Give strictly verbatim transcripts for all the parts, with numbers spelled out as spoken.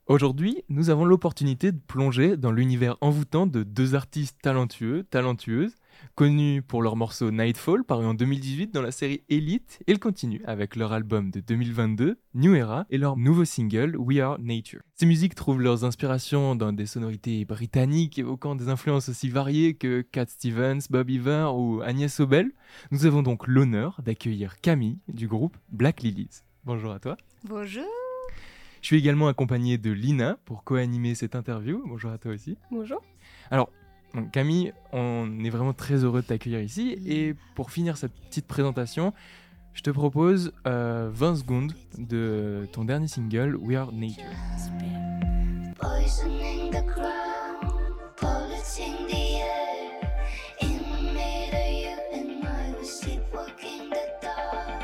Aujourd'hui, nous avons l'opportunité de plonger dans l'univers envoûtant de deux artistes talentueux, talentueuses, connus pour leur morceau Nightfall, paru en deux mille dix-huit dans la série Elite, et ils continuent avec leur album de deux mille vingt-deux, New Era, et leur nouveau single, We Are Nature. Ces musiques trouvent leurs inspirations dans des sonorités britanniques évoquant des influences aussi variées que Cat Stevens, Bob Iver ou Agnès Obel. Nous avons donc l'honneur d'accueillir Camille du groupe Black Lilies. Bonjour à toi. Bonjour. Je suis également accompagné de Lina pour co-animer cette interview. Bonjour à toi aussi. Bonjour. Alors, donc Camille, on est vraiment très heureux de t'accueillir ici. Et pour finir cette petite présentation, je te propose euh, vingt secondes de ton dernier single, We Are Nature. Poisoning the ground, polluting the air. In the middle, you and I were sleepwalking the dark.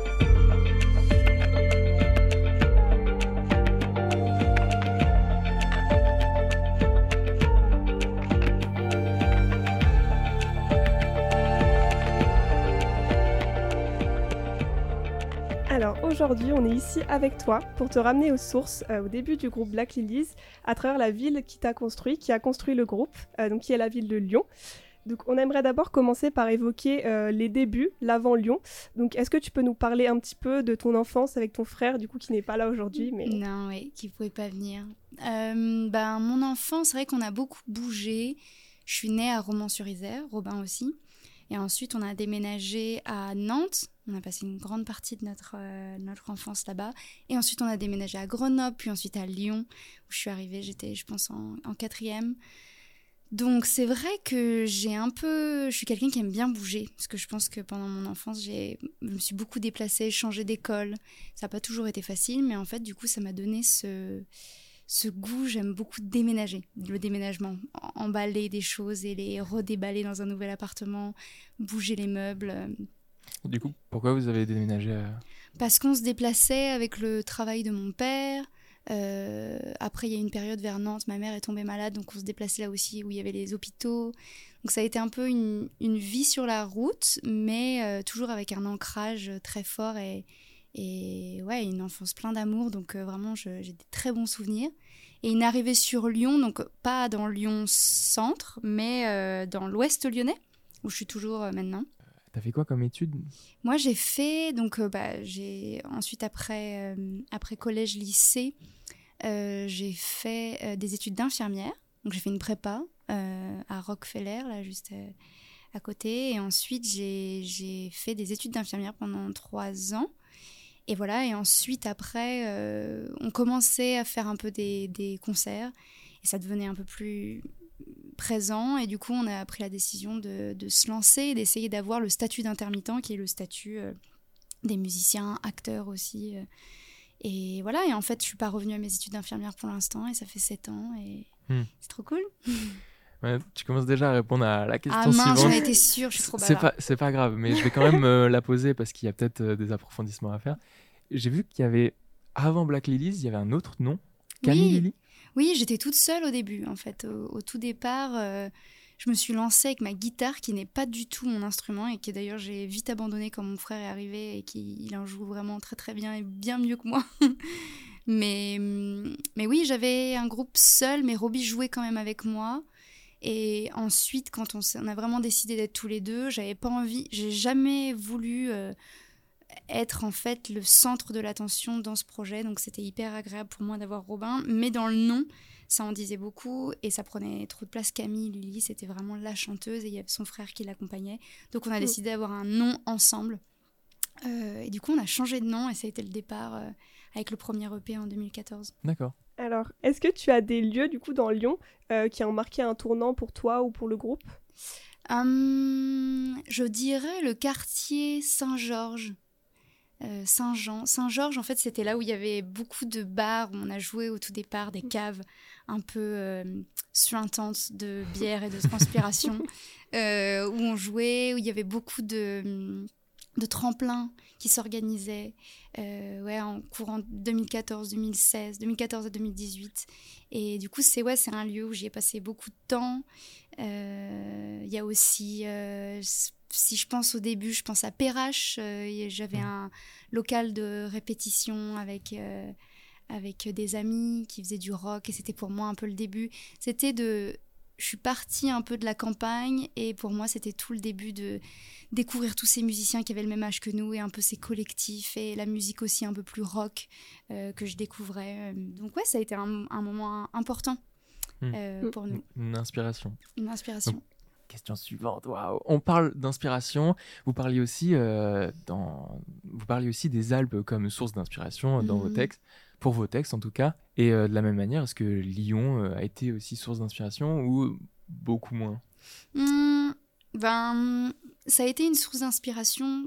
Alors aujourd'hui, on est ici avec toi pour te ramener aux sources, euh, au début du groupe Black Lilies, à travers la ville qui t'a construit, qui a construit le groupe, euh, donc qui est la ville de Lyon. Donc on aimerait d'abord commencer par évoquer euh, les débuts, l'avant Lyon. Donc est-ce que tu peux nous parler un petit peu de ton enfance avec ton frère, du coup qui n'est pas là aujourd'hui, mais... Non, oui, qui ne pouvait pas venir. Euh, ben, mon enfance, c'est vrai qu'on a beaucoup bougé. Je suis née à Romans-sur-Isère, Robin aussi. Et ensuite, on a déménagé à Nantes. On a passé une grande partie de notre, euh, notre enfance là-bas. Et ensuite, on a déménagé à Grenoble, puis ensuite à Lyon, où je suis arrivée, j'étais, je pense, en, en quatrième. Donc, c'est vrai que j'ai un peu... Je suis quelqu'un qui aime bien bouger, parce que je pense que pendant mon enfance, j'ai... je me suis beaucoup déplacée, changé d'école. Ça n'a pas toujours été facile, mais en fait, du coup, ça m'a donné ce... ce goût. J'aime beaucoup déménager, le déménagement, emballer des choses et les redéballer dans un nouvel appartement, bouger les meubles. Du coup, pourquoi vous avez déménagé à... Parce qu'on se déplaçait avec le travail de mon père. Euh, après, il y a une période vers Nantes, ma mère est tombée malade, donc on se déplaçait là aussi où il y avait les hôpitaux. Donc ça a été un peu une, une vie sur la route, mais euh, toujours avec un ancrage très fort et, et ouais, une enfance pleine d'amour. Donc euh, vraiment, je, j'ai des très bons souvenirs. Et une arrivée sur Lyon, donc pas dans Lyon centre, mais euh, dans l'ouest lyonnais, où je suis toujours euh, maintenant. T'as fait quoi comme études ? Moi, j'ai fait, donc euh, bah, j'ai ensuite après, euh, après collège, lycée, euh, j'ai fait euh, des études d'infirmière. Donc j'ai fait une prépa euh, à Rockefeller, là juste euh, à côté. Et ensuite, j'ai, j'ai fait des études d'infirmière pendant trois ans. Et voilà, et ensuite, après, euh, on commençait à faire un peu des, des concerts. Et ça devenait un peu plus présent. Et du coup, on a pris la décision de, de se lancer et d'essayer d'avoir le statut d'intermittent, qui est le statut euh, des musiciens, acteurs aussi. Euh. Et voilà, et en fait, je ne suis pas revenue à mes études d'infirmière pour l'instant. Et ça fait sept ans. Et hmm. c'est trop cool. Ouais, tu commences déjà à répondre à la question ah mince, suivante. j'en étais sûre, je suis trop c'est bavarde. pas, c'est pas grave, mais je vais quand même euh, la poser parce qu'il y a peut-être euh, des approfondissements à faire. J'ai vu qu'il y avait, avant Black Lilies, il y avait un autre nom, Camille Oui. Lily. Oui, j'étais toute seule au début, en fait. Au, au tout départ, euh, je me suis lancée avec ma guitare, qui n'est pas du tout mon instrument, et qui d'ailleurs j'ai vite abandonné quand mon frère est arrivé, et qu'il en joue vraiment très très bien, et bien mieux que moi. mais, mais oui, j'avais un groupe seul, mais Roby jouait quand même avec moi. Et ensuite, quand on, on a vraiment décidé d'être tous les deux, j'avais pas envie, j'ai jamais voulu euh, être en fait le centre de l'attention dans ce projet, donc c'était hyper agréable pour moi d'avoir Robin, mais dans le nom, ça en disait beaucoup et ça prenait trop de place. Camille Lily, c'était vraiment la chanteuse et il y avait son frère qui l'accompagnait, donc on a décidé d'avoir un nom ensemble. Euh, et du coup, on a changé de nom et ça a été le départ euh, avec le premier E P en deux mille quatorze. D'accord. Alors, est-ce que tu as des lieux, du coup, dans Lyon, euh, qui ont marqué un tournant pour toi ou pour le groupe ? Hum, je dirais le quartier Saint-Georges, euh, Saint-Jean. Saint-Georges, en fait, c'était là où il y avait beaucoup de bars, où on a joué au tout départ, des caves un peu euh, suintantes de bière et de transpiration, euh, où on jouait, où il y avait beaucoup de... de tremplins qui s'organisaient euh, ouais, en courant deux mille quatorze, deux mille seize, deux mille quatorze à deux mille dix-huit. Et du coup, c'est, ouais, c'est un lieu où j'y ai passé beaucoup de temps. Il euh, y a aussi, euh, si je pense au début, je pense à Perrache. Euh, j'avais un local de répétition avec, euh, avec des amis qui faisaient du rock, et c'était pour moi un peu le début. C'était de... Je suis partie un peu de la campagne, et pour moi, c'était tout le début de découvrir tous ces musiciens qui avaient le même âge que nous, et un peu ces collectifs, et la musique aussi un peu plus rock euh, que je découvrais. Donc ouais, ça a été un, un moment important euh, Mmh. pour nous. Une inspiration. Une inspiration. Donc, question suivante. Waouh. On parle d'inspiration. Vous parliez aussi euh, dans, vous parliez aussi des Alpes comme source d'inspiration dans Mhm. vos textes, pour vos textes en tout cas. Et euh, de la même manière, est-ce que Lyon euh, a été aussi source d'inspiration ou beaucoup moins? Mmh, ben, ça a été une source d'inspiration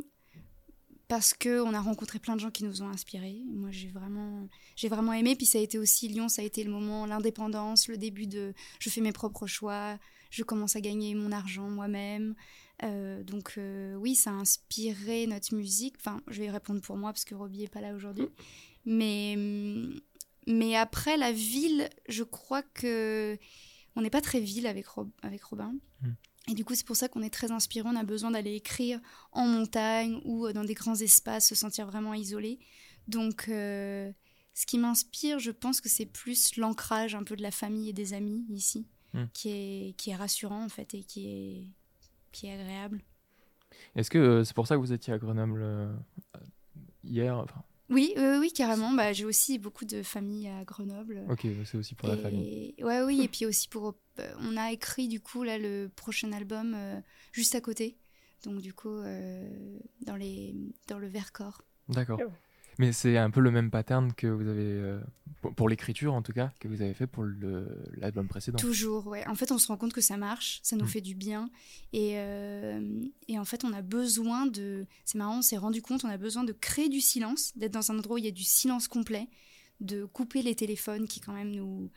parce qu'on a rencontré plein de gens qui nous ont inspirés. Moi, j'ai vraiment, j'ai vraiment aimé. Puis ça a été aussi Lyon, ça a été le moment, l'indépendance, le début de je fais mes propres choix, je commence à gagner mon argent moi-même. Euh, donc euh, oui, ça a inspiré notre musique. Enfin, je vais répondre pour moi parce que Roby n'est pas là aujourd'hui. Mais, mais après, la ville, je crois que on n'est pas très ville avec, Rob, avec Robin. Mm. Et du coup, c'est pour ça qu'on est très inspiré. On a besoin d'aller écrire en montagne ou dans des grands espaces, se sentir vraiment isolé. Donc, euh, ce qui m'inspire, je pense que c'est plus l'ancrage un peu de la famille et des amis ici, Mm. qui est, qui est rassurant en fait et qui est, qui est agréable. Est-ce que euh, c'est pour ça que vous étiez à Grenoble euh, hier? Enfin, Oui, euh, oui, carrément. Bah, j'ai aussi beaucoup de familles à Grenoble. ok, c'est aussi pour la Et- famille. Ouais, oui, et puis aussi pour... euh, on a écrit du coup là le prochain album euh, juste à côté. Donc du coup, euh, dans, les, dans le Vercors. D'accord. Oh. Mais c'est un peu le même pattern que vous avez, euh, pour, pour l'écriture en tout cas, que vous avez fait pour le- l'album précédent. Toujours, ouais. En fait, on se rend compte que ça marche, ça nous Mm. fait du bien. Et, euh, et en fait, on a besoin de... C'est marrant, on s'est rendu compte, on a besoin de créer du silence, d'être dans un endroit où il y a du silence complet, de couper les téléphones qui quand même nous,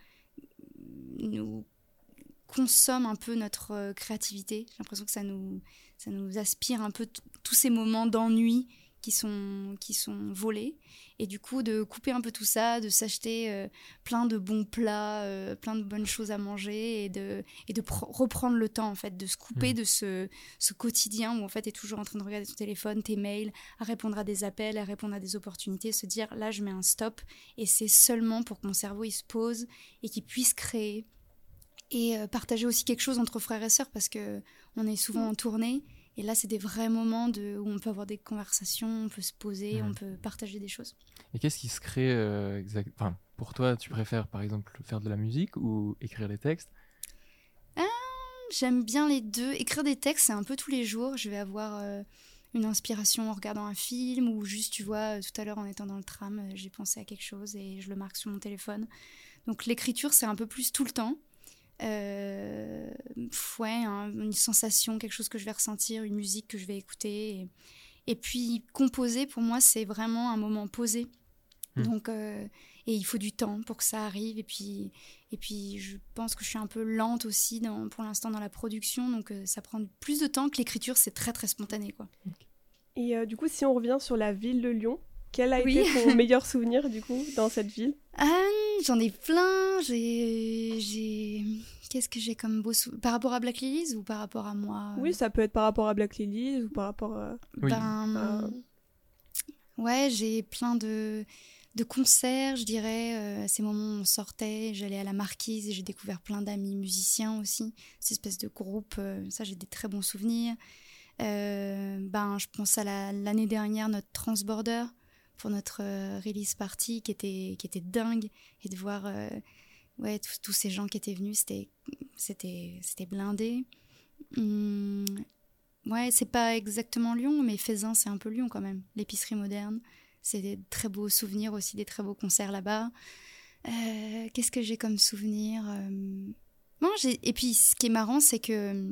nous consomment un peu notre euh, créativité. J'ai l'impression que ça nous, ça nous aspire un peu t- tous ces moments d'ennui qui sont, qui sont volés. Et du coup, de couper un peu tout ça, de s'acheter euh, plein de bons plats, euh, plein de bonnes choses à manger et de, et de pro- reprendre le temps, en fait, de se couper Mhm. de ce, ce quotidien où, en fait, tu es toujours en train de regarder ton téléphone, tes mails, à répondre à des appels, à répondre à des opportunités, se dire, là, je mets un stop et c'est seulement pour que mon cerveau, il se pose et qu'il puisse créer et euh, partager aussi quelque chose entre frères et sœurs parce que on est souvent en tournée. Et là, c'est des vrais moments de, où on peut avoir des conversations, on peut se poser, Mhm. on peut partager des choses. Et qu'est-ce qui se crée euh, exact... enfin, pour toi, tu préfères par exemple faire de la musique ou écrire des textes? J'aime bien les deux. Écrire des textes, c'est un peu tous les jours. Je vais avoir euh, une inspiration en regardant un film ou juste, tu vois, euh, tout à l'heure en étant dans le tram, euh, j'ai pensé à quelque chose et je le marque sur mon téléphone. Donc l'écriture, c'est un peu plus tout le temps. Euh, pff, ouais, hein, une sensation, quelque chose que je vais ressentir, une musique que je vais écouter. Et, et puis composer, pour moi, c'est vraiment un moment posé. Mm. Donc, euh, et il faut du temps pour que ça arrive. Et puis, et puis je pense que je suis un peu lente aussi dans, pour l'instant dans la production. Donc, euh, ça prend plus de temps que l'écriture. C'est très, très spontané, quoi. Et euh, du coup, si on revient sur la ville de Lyon, quel a Oui. été ton meilleur souvenir du coup dans cette ville? Ah, j'en ai plein. J'ai, j'ai... Qu'est-ce que j'ai comme beau souvenir par rapport à Black Lilies ou par rapport à moi? Oui, ça peut être par rapport à Black Lilies ou par rapport à... Oui. Ben, à- ouais, j'ai plein de, de concerts, je dirais. Euh, ces moments où on sortait, j'allais à la Marquise et j'ai découvert plein d'amis musiciens aussi. Cette espèce de groupe, euh, ça, j'ai des très bons souvenirs. Euh, ben, je pense à la- l'année dernière, notre Transborder pour notre euh, release party qui était, qui était dingue. Et de voir euh, ouais, tous tous ces gens qui étaient venus, c'était, c'était, c'était blindé. Hum, ouais, c'est pas exactement Lyon, mais Faisin, c'est un peu Lyon quand même. L'épicerie moderne, c'est des très beaux souvenirs aussi, des très beaux concerts là-bas. Euh, qu'est-ce que j'ai comme souvenir euh, non, j'ai... Et puis, ce qui est marrant, c'est que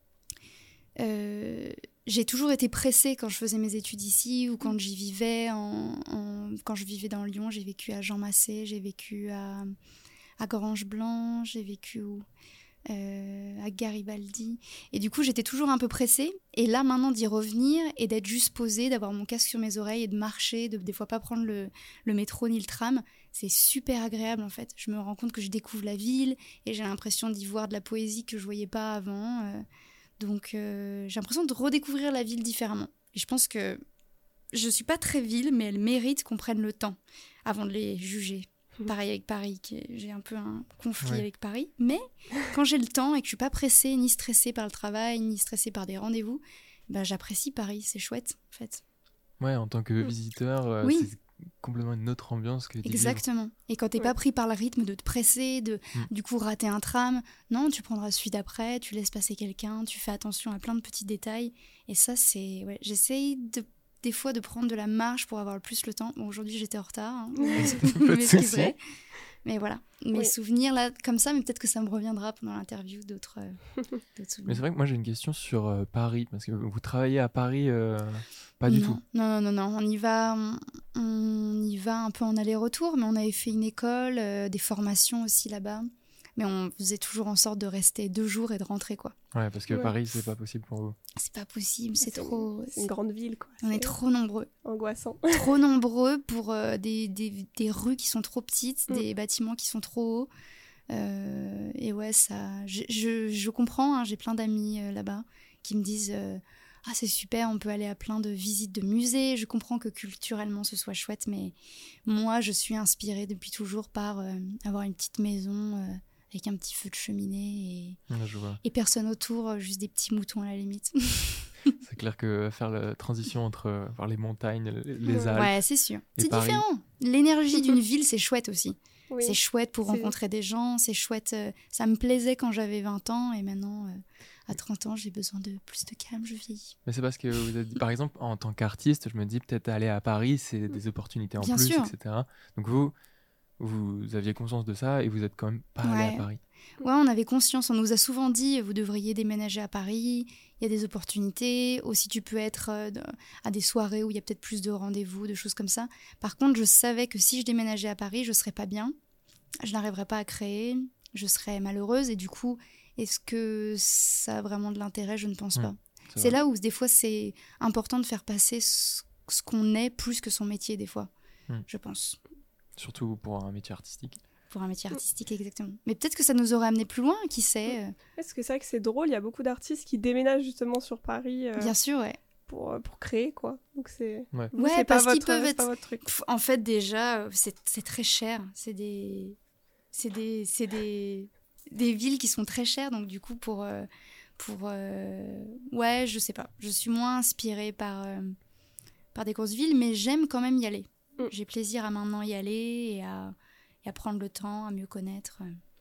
euh, j'ai toujours été pressée quand je faisais mes études ici ou quand j'y vivais. En, en- Quand je vivais dans Lyon, j'ai vécu à Jean Massé, j'ai vécu à, à Grange-Blanche, j'ai vécu où Euh, à Garibaldi. Et du coup, j'étais toujours un peu pressée. Et là, maintenant, d'y revenir et d'être juste posée, d'avoir mon casque sur mes oreilles et de marcher, de des fois pas prendre le, le métro ni le tram, c'est super agréable en fait. Je me rends compte que je découvre la ville et j'ai l'impression d'y voir de la poésie que je voyais pas avant. Euh, donc, euh, j'ai l'impression de redécouvrir la ville différemment. Et je pense que je suis pas très ville, mais elle mérite qu'on prenne le temps avant de les juger. Pareil avec Paris, qui est- j'ai un peu un conflit Ouais. avec Paris. Mais quand j'ai le temps et que je suis pas pressée, ni stressée par le travail, ni stressée par des rendez-vous, bah, j'apprécie Paris, c'est chouette en fait. Ouais, en tant que Mm. visiteur, euh, Oui. c'est complètement une autre ambiance que d'y vivre. Exactement. Et quand t'es Ouais. pas pris par le rythme de te presser, de Mm. du coup rater un tram, non, tu prendras celui d'après, tu laisses passer quelqu'un, tu fais attention à plein de petits détails. Et ça, c'est... Ouais, j'essaye de, des fois de prendre de la marge pour avoir le plus le temps. Bon, aujourd'hui, j'étais en retard, hein, je Pas de m'excuserai. Mais voilà, mes Oui. souvenirs là, comme ça, mais peut-être que ça me reviendra pendant l'interview, d'autres euh, d'autres Mais souvenirs. c'est vrai que moi j'ai une question sur euh, Paris, parce que vous travaillez à Paris, euh, pas du non, tout. Non, non, non, non, on y va, on, on y va un peu en aller-retour, mais on avait fait une école, euh, des formations aussi là-bas. Mais on faisait toujours en sorte de rester deux jours et de rentrer, quoi. Ouais, parce que Ouais. Paris c'est pas possible pour vous. C'est pas possible, c'est une- trop... C'est une grande ville, quoi. On est C'est trop nombreux. angoissant. Trop nombreux pour euh, des, des, des rues qui sont trop petites, Mm. des bâtiments qui sont trop hauts. Euh, et ouais, ça... Je, je, je comprends, hein, j'ai plein d'amis euh, là-bas qui me disent... euh, ah, c'est super, on peut aller à plein de visites de musées. Je comprends que culturellement ce soit chouette, mais moi, je suis inspirée depuis toujours par euh, avoir une petite maison euh, avec un petit feu de cheminée et, Ouais, je vois. et personne autour, euh, juste des petits moutons à la limite. C'est clair que faire la transition entre euh, voir les montagnes, les, les Ouais. Alpes, Ouais, c'est sûr. Et C'est Paris. différent. L'énergie d'une ville, c'est chouette aussi. Oui. C'est chouette pour C'est- rencontrer des gens, c'est chouette. euh, ça me plaisait quand j'avais vingt ans et maintenant, euh, à trente ans, j'ai besoin de plus de calme, je vieillis. mais c'est parce que vous êtes, par exemple, en tant qu'artiste, je me dis peut-être aller à Paris, c'est des opportunités en Bien plus, sûr. et cetera. Donc vous, vous aviez conscience de ça et vous êtes quand même pas allé Ouais. à Paris. Ouais, on avait conscience, on nous a souvent dit, vous devriez déménager à Paris, il y a des opportunités, aussi tu peux être euh, de- à des soirées où il y a peut-être plus de rendez-vous, de choses comme ça. Par contre, je savais que si je déménageais à Paris, je serais pas bien, je n'arriverais pas à créer, je serais malheureuse et du coup, est-ce que ça a vraiment de l'intérêt? Je ne pense Mm, pas. C'est C'est vrai. là où des fois c'est important de faire passer ce, ce qu'on est plus que son métier des fois, Mm. je pense. Surtout pour un métier artistique. Pour un métier artistique, exactement. Mais peut-être que ça nous aurait amené plus loin, qui sait. euh, Parce que c'est vrai que c'est drôle, il y a beaucoup d'artistes qui déménagent justement sur Paris euh, Bien sûr, ouais. pour, euh, pour créer, quoi. Donc c'est... Ouais. vous, Ouais, c'est pas parce qu'ils votre- peuvent c'est être- pas votre truc. Pff, En fait, déjà, euh, c'est c'est très cher. C'est des, c'est des, c'est des, des villes qui sont très chères. Donc, du coup, pour, euh, pour, euh, ouais, je sais pas. Je suis moins inspirée par, euh, par des grosses villes, mais j'aime quand même y aller. Mm. J'ai plaisir à maintenant y aller et à, et à prendre le temps, à mieux connaître.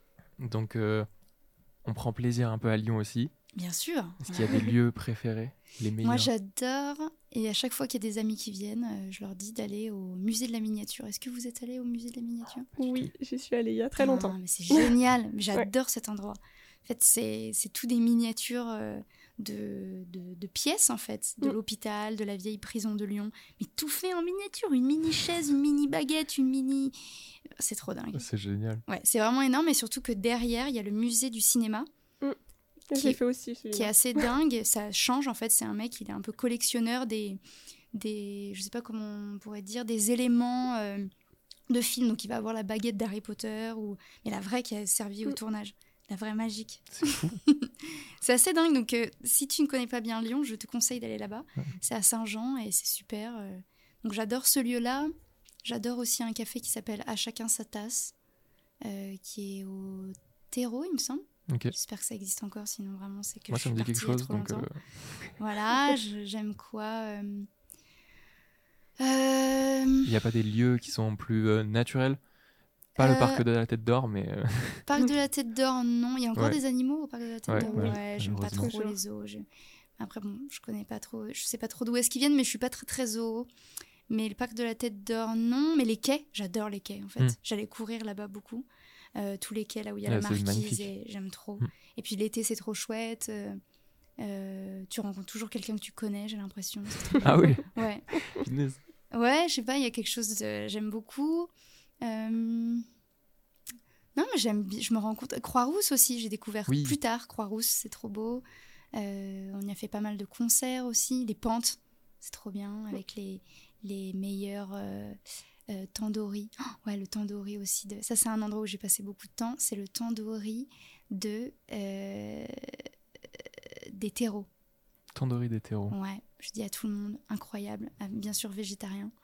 Donc euh, on prend plaisir un peu à Lyon aussi. Bien sûr. Est-ce qu'il y a des lieux préférés, les meilleurs? Moi, j'adore. Et à chaque fois qu'il y a des amis qui viennent, euh, je leur dis d'aller au musée de la miniature. Est-ce que vous êtes allé au musée de la miniature? Oui, j'y suis allée il y a très longtemps. Ah, mais c'est génial, mais j'adore cet endroit. En fait, c'est c'est tout des miniatures euh, de, de, de pièces, en fait, de Mm. l'hôpital, de la vieille prison de Lyon, mais tout fait en miniature, une mini chaise, une mini baguette, une mini... C'est trop dingue. C'est génial. Ouais, c'est vraiment énorme, et surtout que derrière, il y a le musée du cinéma, Je qui l'ai est- fait aussi, celui-là. qui est assez dingue. Ça change, en fait, c'est un mec, il est un peu collectionneur des... des je sais pas comment on pourrait dire, des éléments... euh, de films, donc il va avoir la baguette d'Harry Potter, ou... mais la vraie qui a servi au Mm. tournage, la vraie magique. C'est fou. C'est assez dingue, donc euh, si tu ne connais pas bien Lyon, je te conseille d'aller là-bas. Ouais. C'est à Saint-Jean et c'est super. euh. Donc j'adore ce lieu-là. J'adore aussi un café qui s'appelle À chacun sa tasse, euh, qui est au Terreau, il me semble. Ok. J'espère que ça existe encore, sinon vraiment c'est que Moi je ça me suis dit quelque partie il y a chose, trop donc longtemps. euh, Voilà, je- j'aime quoi euh, euh, il n'y a pas des lieux qui sont plus euh, naturels. Pas le Euh, parc de la Tête d'Or, mais euh, Parc de la Tête d'Or, non. Il y a encore Ouais. des animaux au Parc de la Tête Ouais, d'Or. ouais, Ouais, j'aime pas malheureusement. trop Toujours. les zoos. j'ai- Après, bon, je connais pas trop. Je sais pas trop d'où est-ce qu'ils viennent, mais je suis pas très très zoo. Mais le Parc de la Tête d'Or, non. Mais les quais, j'adore les quais en fait. Mm. J'allais courir là-bas beaucoup. Euh, tous les quais là où il y a Ouais, la c'est marquise, magnifique. et j'aime trop. Mm. Et puis l'été, c'est trop chouette. euh, euh, tu rencontres toujours quelqu'un que tu connais, j'ai l'impression. C'est trop ah oui, bien. Ouais. punaise. Ouais, je sais pas, il y a quelque chose de... J'aime beaucoup. Euh, Non, mais j'aime... bi- je me rends compte... Croix-Rousse aussi, j'ai découvert Oui. plus tard. Croix-Rousse, c'est trop beau. Euh, on y a fait pas mal de concerts aussi. Les pentes, c'est trop bien, avec les, les meilleurs euh, euh, tandoori. Oh, ouais, le tandoori aussi. De... Ça, c'est un endroit où j'ai passé beaucoup de temps. C'est le tandoori de... euh, des terreaux. Tandoori des terreaux. Ouais, je dis à tout le monde, incroyable. Ah, bien sûr, végétarien.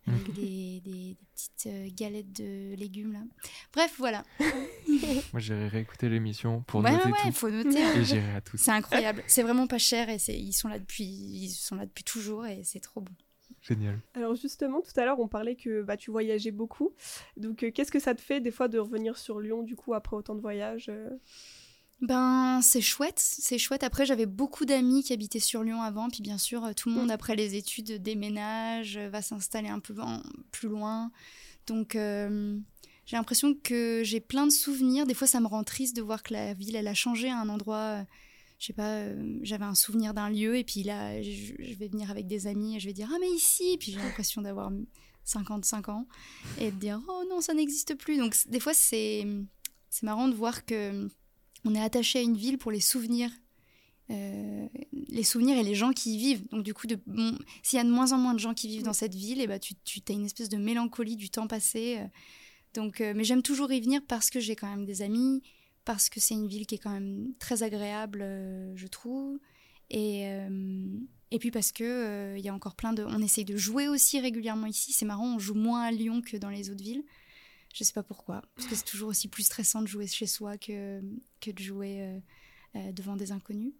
avec Ok. des, des- des petites euh, galettes de légumes, là. Bref, voilà. Moi, j'irai réécouter l'émission pour Ouais, noter ouais, ouais, tout. faut noter. hein. Et j'irai à tous. C'est incroyable. C'est vraiment pas cher et c'est, ils sont là depuis, ils sont là depuis toujours et c'est trop bon. Génial. Alors justement, tout à l'heure, on parlait que bah, tu voyageais beaucoup. Donc, euh, qu'est-ce que ça te fait des fois de revenir sur Lyon, du coup, après autant de voyages euh Ben, c'est chouette, c'est chouette. Après, j'avais beaucoup d'amis qui habitaient sur Lyon avant, puis bien sûr, euh, tout le monde après les études déménage, euh, va s'installer un peu en- plus loin. Donc, euh, j'ai l'impression que j'ai plein de souvenirs. Des fois, ça me rend triste de voir que la ville, elle a changé à un endroit. euh, Je sais pas, euh, j'avais un souvenir d'un lieu, et puis là, je, je vais venir avec des amis et je vais dire ah mais ici, et puis j'ai l'impression d'avoir cinquante-cinq ans et de dire oh non ça n'existe plus. Donc c- des fois c'est c'est marrant de voir que on est attaché à une ville pour les souvenirs, euh, les souvenirs et les gens qui y vivent. Donc du coup, de, bon, s'il y a de moins en moins de gens qui vivent dans cette ville, et bah, tu, tu as une espèce de mélancolie du temps passé. euh. Donc, euh, mais j'aime toujours y venir parce que j'ai quand même des amis, parce que c'est une ville qui est quand même très agréable, euh, je trouve. Et, euh, et puis parce que euh, il y a encore plein de... On essaye de jouer aussi régulièrement ici. C'est marrant, on joue moins à Lyon que dans les autres villes. Je sais pas pourquoi, parce que c'est toujours aussi plus stressant de jouer chez soi que, que de jouer euh, euh, devant des inconnus.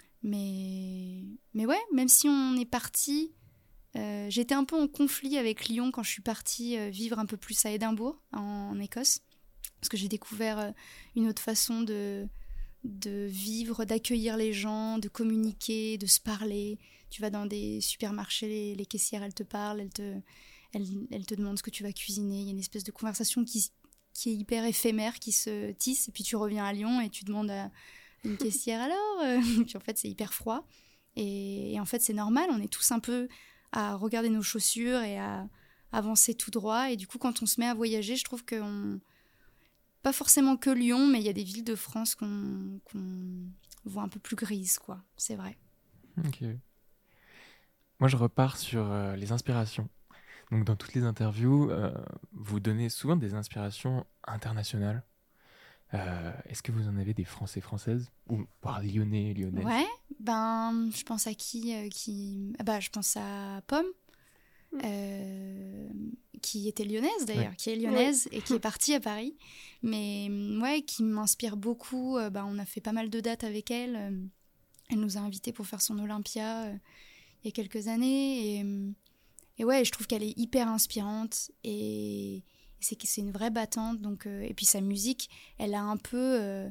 Mais, mais ouais, même si on est parti, euh, j'étais un peu en conflit avec Lyon quand je suis partie euh, vivre un peu plus à Édimbourg, en, en Écosse, parce que j'ai découvert euh, une autre façon de, de vivre, d'accueillir les gens, de communiquer, de se parler. Tu vas dans des supermarchés, les, les caissières, elles te parlent, elles te, elles, elles te demandent ce que tu vas cuisiner. Il y a une espèce de conversation qui, qui est hyper éphémère, qui se tisse, et puis tu reviens à Lyon et tu demandes à une caissière alors euh, puis en fait c'est hyper froid et, et en fait c'est normal, on est tous un peu à regarder nos chaussures et à avancer tout droit, et du coup quand on se met à voyager, je trouve qu'on pas forcément que Lyon, mais il y a des villes de France qu'on, qu'on voit un peu plus grises, quoi, c'est vrai. Ok. Moi, je repars sur euh, les inspirations. Donc, dans toutes les interviews, euh, vous donnez souvent des inspirations internationales. Euh, est-ce que vous en avez des Français, Françaises ou par Lyonnais, Lyonnaises? Ouais, ben je pense à qui, euh, qui... Ah bah, je pense à Pomme, Mm. euh, qui était lyonnaise d'ailleurs, Ouais. qui est lyonnaise et qui est partie à Paris, mais mm, ouais, qui m'inspire beaucoup. Euh, bah, on a fait pas mal de dates avec elle. euh, Elle nous a invités pour faire son Olympia euh, il y a quelques années, et, mm, et ouais, je trouve qu'elle est hyper inspirante, et c'est que c'est une vraie battante. Donc, euh, et puis sa musique, elle a un peu euh,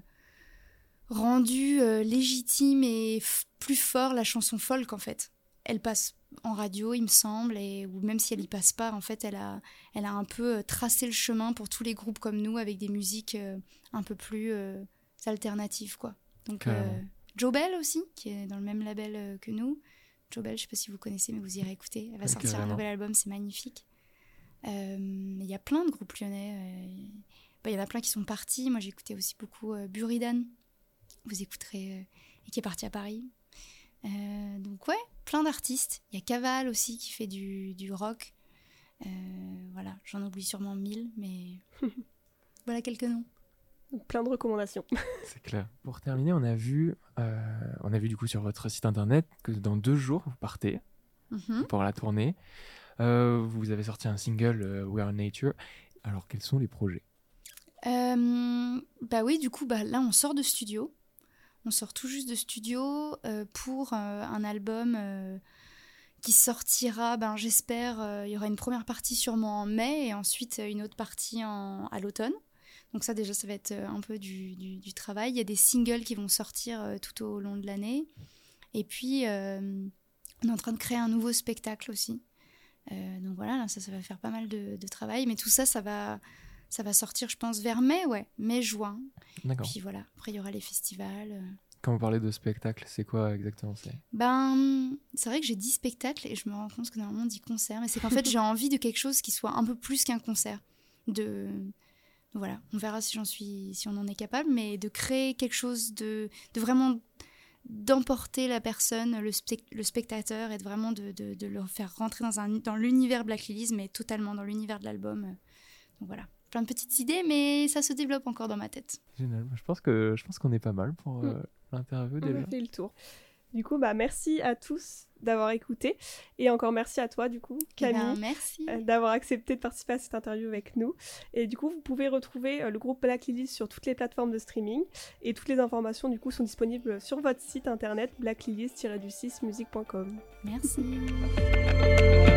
rendu euh, légitime et f- plus fort la chanson folk en fait. Elle passe en radio, il me semble, et ou même si elle y passe pas, en fait, elle a, elle a un peu euh, tracé le chemin pour tous les groupes comme nous avec des musiques euh, un peu plus euh, alternatives, quoi. Donc euh, Carrément. Jobel aussi, qui est dans le même label euh, que nous. Jobel, je sais pas si vous connaissez, mais vous irez écouter. Elle va Ouais, sortir un carrément. nouvel album, c'est magnifique. Euh, Il y a plein de groupes lyonnais. euh, bah, il y en a plein qui sont partis. Moi, j'écoutais aussi beaucoup euh, Buridan. Vous écouterez, euh, et qui est parti à Paris. Euh, donc ouais, plein d'artistes. Il y a Caval aussi qui fait du, du rock. Euh, voilà, j'en oublie sûrement mille, mais voilà quelques noms. Donc, plein de recommandations. C'est clair. Pour terminer, on a vu, euh, on a vu du coup sur votre site internet que dans deux jours, vous partez Mhm. pour la tournée. Euh, vous avez sorti un single, euh, We Are Nature. Alors, quels sont les projets? Euh, bah oui, du coup, bah, là, on sort de studio. On sort tout juste de studio euh, pour euh, un album euh, qui sortira, ben, j'espère, euh, il y aura une première partie sûrement en mai et ensuite euh, une autre partie en, à l'automne. Donc ça, déjà, ça va être euh, un peu du, du, du travail. Il y a des singles qui vont sortir euh, tout au long de l'année. Et puis, euh, on est en train de créer un nouveau spectacle aussi. Euh, donc voilà, là, ça, ça va faire pas mal de, de travail. Mais tout ça, ça va, ça va sortir, je pense, vers mai, ouais, mai-juin. D'accord. Puis voilà, après, il y aura les festivals. euh. Quand vous parlez de spectacle, c'est quoi exactement? C'est... Ben, c'est vrai que j'ai dit spectacle et je me rends compte que normalement on dit concert, mais c'est qu'en fait j'ai envie de quelque chose qui soit un peu plus qu'un concert. De voilà, on verra si j'en suis, si on en est capable, mais de créer quelque chose de, de vraiment d'emporter la personne, le, spect- le spectateur, et de vraiment de, de, de le faire rentrer dans un dans l'univers Black Lilies, mais totalement dans l'univers de l'album. Donc voilà, plein de petites idées, mais ça se développe encore dans ma tête. Génial. Je pense que je pense qu'on est pas mal pour euh, l'interview On déjà. a fait le tour. Du coup, bah, merci à tous d'avoir écouté. Et encore merci à toi, du coup, Camille, Eh ben, merci. euh, d'avoir accepté de participer à cette interview avec nous. Et du coup, vous pouvez retrouver euh, le groupe Black Lilies sur toutes les plateformes de streaming. Et toutes les informations, du coup, sont disponibles sur votre site internet black lilies tiret du six music point com. Merci.